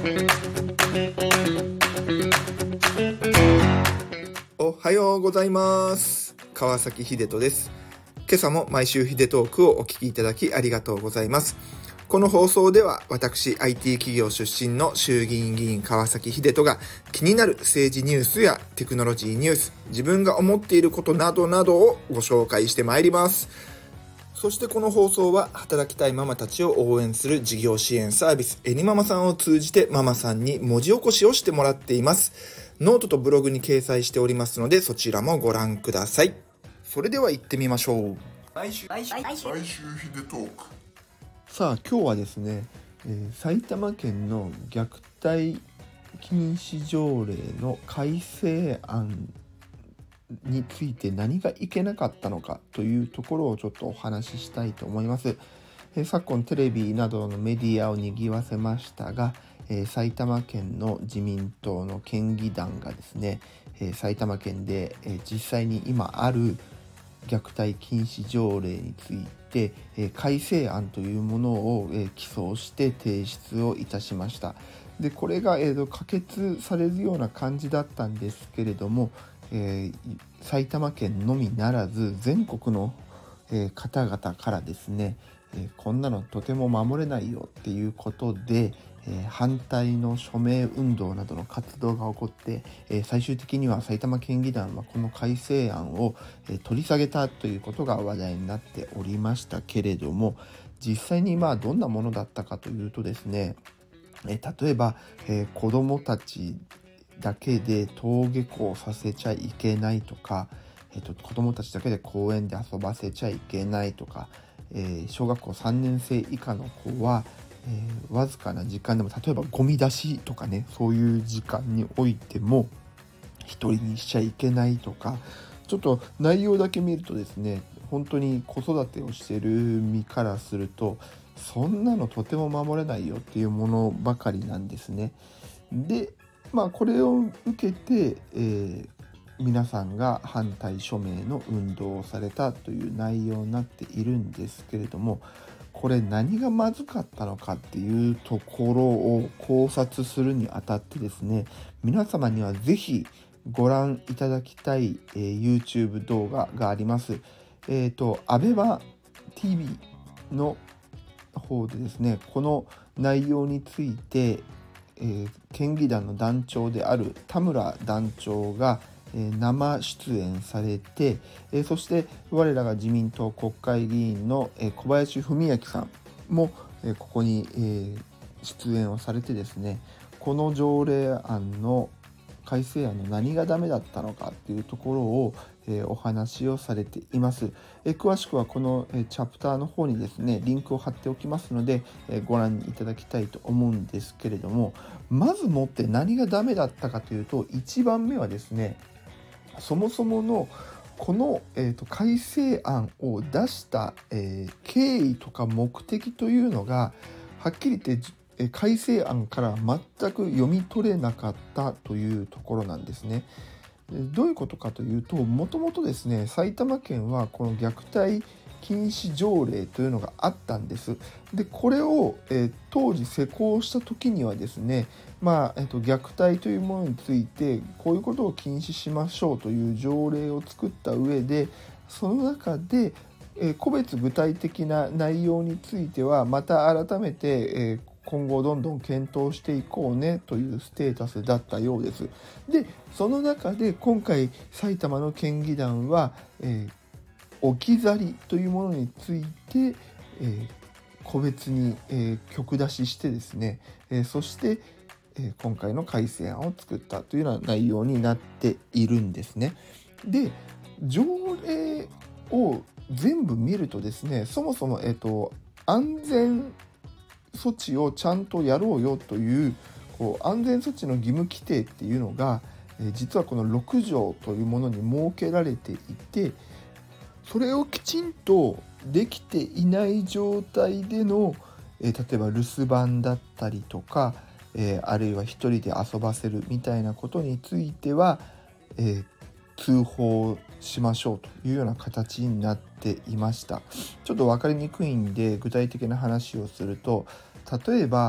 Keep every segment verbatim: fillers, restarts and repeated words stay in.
おはようございます。川崎秀人です。今朝も毎週秀トークをお聞きいただきありがとうございます。この放送では私 アイティー 企業出身の衆議院議員川崎秀人が気になる政治ニュースやテクノロジーニュース、自分が思っていることなどなどをご紹介してまいります。そしてこの放送は働きたいママたちを応援する事業支援サービスエニママさんを通じてママさんに文字起こしをしてもらっています。ノートとブログに掲載しておりますのでそちらもご覧ください。それでは行ってみましょう。 毎週毎週毎週秀トーク。 さあ今日はですね、えー、埼玉県の虐待禁止条例の改正案について何がいけなかったのかというところをちょっとお話ししたいと思います。えー、昨今テレビなどのメディアを賑わせましたが、えー、埼玉県の自民党の県議団がですね、えー、埼玉県で、えー、実際に今ある虐待禁止条例について、えー、改正案というものを、えー、起草して提出をいたしました。でこれが、えー、可決されるような感じだったんですけれども、えー、埼玉県のみならず全国の、えー、方々からですね、えー、こんなのとても守れないよっていうことで、えー、反対の署名運動などの活動が起こって、えー、最終的には埼玉県議団はこの改正案を、えー、取り下げたということが話題になっておりましたけれども、実際にまあどんなものだったかというとですね、えー、例えば、えー、子どもたちだけで登下校させちゃいけないとか、えー、と子どもたちだけで公園で遊ばせちゃいけないとか、えー、小学校さんねん生以下の子は、えー、わずかな時間でも例えばゴミ出しとかね、そういう時間においても一人にしちゃいけないとか、ちょっと内容だけ見るとですね、本当に子育てをしている身からするとそんなのとても守れないよっていうものばかりなんですね。でまあこれを受けて、えー、皆さんが反対署名の運動をされたという内容になっているんですけれども、これ何がまずかったのかっていうところを考察するにあたってですね、皆様にはぜひご覧いただきたい、えー、YouTube 動画があります。えっと、アベマ ティービー の方でですね、この内容について、えー、県議団の団長である田村団長が、えー、生出演されて、えー、そして我らが自民党国会議員の、えー、小林文明さんも、えー、ここに、えー、出演をされてですね、この条例案の改正案の何がダメだったのかっていうところを、えー、お話をされています。えー、詳しくはこの、えー、チャプターの方にですねリンクを貼っておきますので、えー、ご覧いただきたいと思うんですけれども、まずもって何がダメだったかというと、いちばんめはですね、そもそものこの、えーと、改正案を出した、えー、経緯とか目的というのがはっきり言って改正案から全く読み取れなかったというところなんですね。どういうことかというと、もともとですね、埼玉県はこの虐待禁止条例というのがあったんです。で、これを、えー、当時施行した時にはですね、まあえーと、虐待というものについてこういうことを禁止しましょうという条例を作った上で、その中で、えー、個別具体的な内容についてはまた改めて、えー今後どんどん検討していこうねというステータスだったようです。で、その中で今回埼玉の県議団は、えー、置き去りというものについて、えー、個別に、えー、曲出ししてですね、えー、そして、えー、今回の改正案を作ったというような内容になっているんですね。で、条例を全部見るとですね、そもそも、えーと、安全措置をちゃんとやろうよという、こう安全措置の義務規定っていうのが、えー、実はこのろく条というものに設けられていて、それをきちんとできていない状態での、えー、例えば留守番だったりとか、えー、あるいは一人で遊ばせるみたいなことについては、えー、通報しましょうというような形になっていました。ちょっと分かりにくいんで具体的な話をすると、例えば、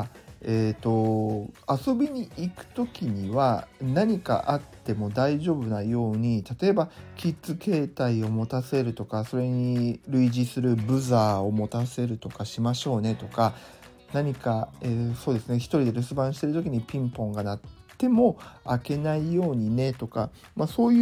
えーと、遊びに行く時には何かあっても大丈夫なように、例えばキッズ携帯を持たせるとか、それに類似するブザーを持たせるとかしましょうねとか、何か、えー、そうですね、一人で留守番してる時にピンポンが鳴っても開けないようにねとか、まあ、そういう、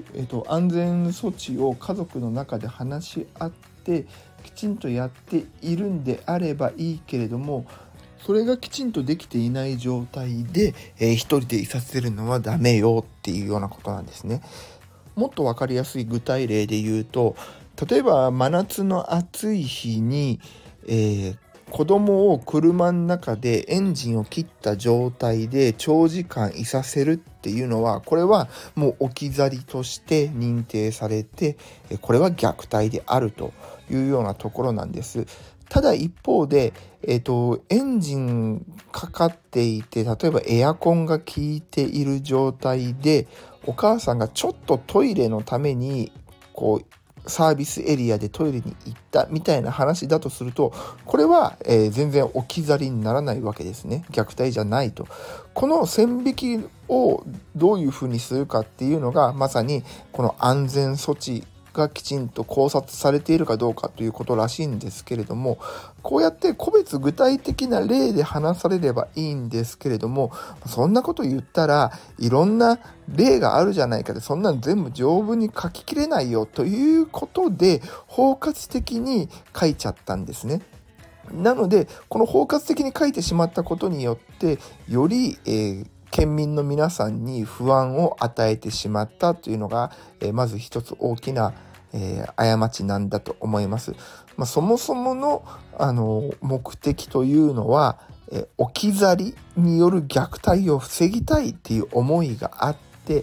えーと、安全措置を家族の中で話し合ってきちんとやっているんであればいいけれども、それがきちんとできていない状態で、えー、一人でいさせるのはダメよっていうようなことなんですね。もっと分かりやすい具体例で言うと、例えば真夏の暑い日に、えー、子供を車の中でエンジンを切った状態で長時間いさせるっていうのは、これはもう置き去りとして認定されて、これは虐待であるというようなところなんです。ただ一方で、えーと、エンジンかかっていて、例えばエアコンが効いている状態で、お母さんがちょっとトイレのためにこうサービスエリアでトイレに行ったみたいな話だとすると、これは、えー、全然置き去りにならないわけですね。虐待じゃないと。この線引きをどういうふうにするかっていうのが、まさにこの安全措置がきちんと考察されているかどうかということらしいんですけれども、こうやって個別具体的な例で話されればいいんですけれども、そんなこと言ったらいろんな例があるじゃないかで、そんなの全部条文に書ききれないよということで包括的に書いちゃったんですね。なのでこの包括的に書いてしまったことによってより、えー県民の皆さんに不安を与えてしまったというのが、えー、まず一つ大きな、えー、過ちなんだと思います。まあ、そもそもの、あの目的というのは、えー、置き去りによる虐待を防ぎたいっていう思いがあって、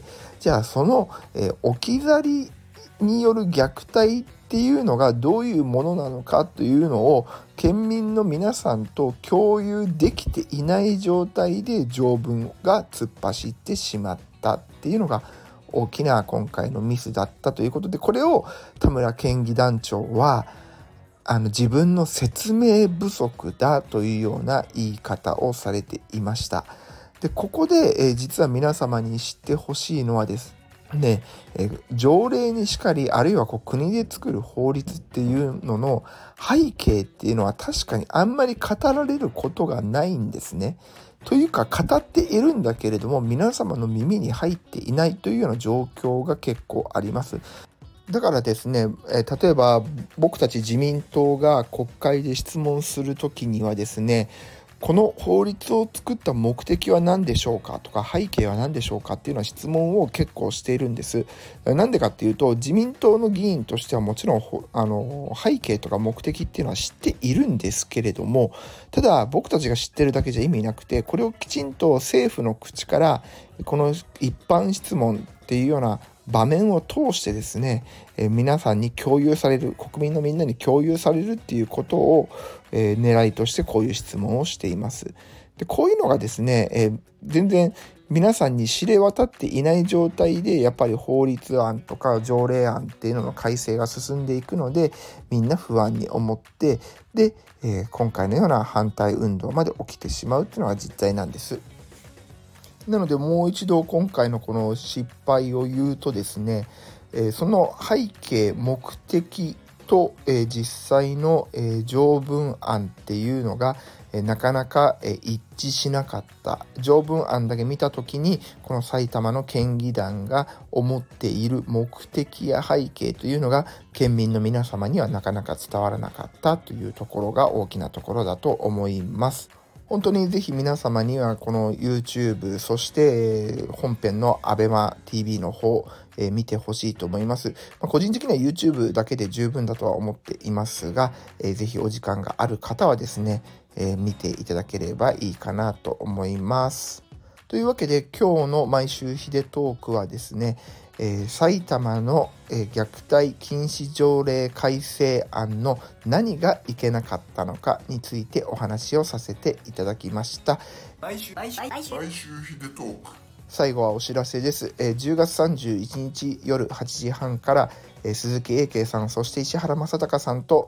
じゃあその、えー、置き去りによる虐待っていうのがどういうものなのかというのを県民の皆さんと共有できていない状態で条文が突っ走ってしまったっていうのが大きな今回のミスだったということで、これを田村県議団長はあの自分の説明不足だというような言い方をされていました。で、ここで、えー、実は皆様に知ってほしいのはですね、えー、条例にしかり、あるいはこう国で作る法律っていうのの背景っていうのは確かにあんまり語られることがないんですね。というか語っているんだけれども皆様の耳に入っていないというような状況が結構あります。だからですね、えー、例えば僕たち自民党が国会で質問するときにはですね、この法律を作った目的は何でしょうかとか背景は何でしょうかっていうような質問を結構しているんです。なんでかっていうと、自民党の議員としてはもちろんあの背景とか目的っていうのは知っているんですけれども、ただ僕たちが知ってるだけじゃ意味なくて、これをきちんと政府の口からこの一般質問っていうような場面を通してですね、えー、皆さんに共有される、国民のみんなに共有されるっていうことを、えー、狙いとしてこういう質問をしています。で、こういうのがですね、えー、全然皆さんに知れ渡っていない状態でやっぱり法律案とか条例案っていうのの改正が進んでいくので、みんな不安に思ってで、えー、今回のような反対運動まで起きてしまうっていうのが実態なんです。なのでもう一度今回のこの失敗を言うとですね、えー、その背景目的と、えー、実際の、えー、条文案っていうのが、えー、なかなか、えー、一致しなかった。条文案だけ見たときにこの埼玉の県議団が思っている目的や背景というのが県民の皆様にはなかなか伝わらなかったというところが大きなところだと思います。本当にぜひ皆様にはこの YouTube、そして本編の アベマティービー の方、えー、見てほしいと思います。まあ、個人的には YouTube だけで十分だとは思っていますが、えー、ぜひお時間がある方はですね、えー、見ていただければいいかなと思います。というわけで今日の毎週ヒデトークはですね、えー、埼玉の、えー、虐待禁止条例改正案の何がいけなかったのかについてお話をさせていただきました。 毎週毎週毎週ヒデトーク。 最後はお知らせです。えー、じゅうがつさんじゅういちにち夜はちじはんから、えー、鈴木英慶さん、そして石原正隆さんと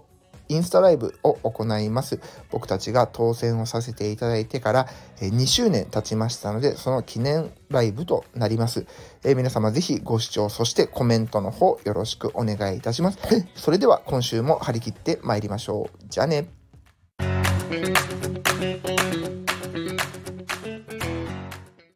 インスタライブを行います。僕たちが当選をさせていただいてからにしゅうねん経ちましたので、その記念ライブとなります。えー、皆様ぜひご視聴、そしてコメントの方よろしくお願いいたします。それでは今週も張り切って参りましょう。じゃあね。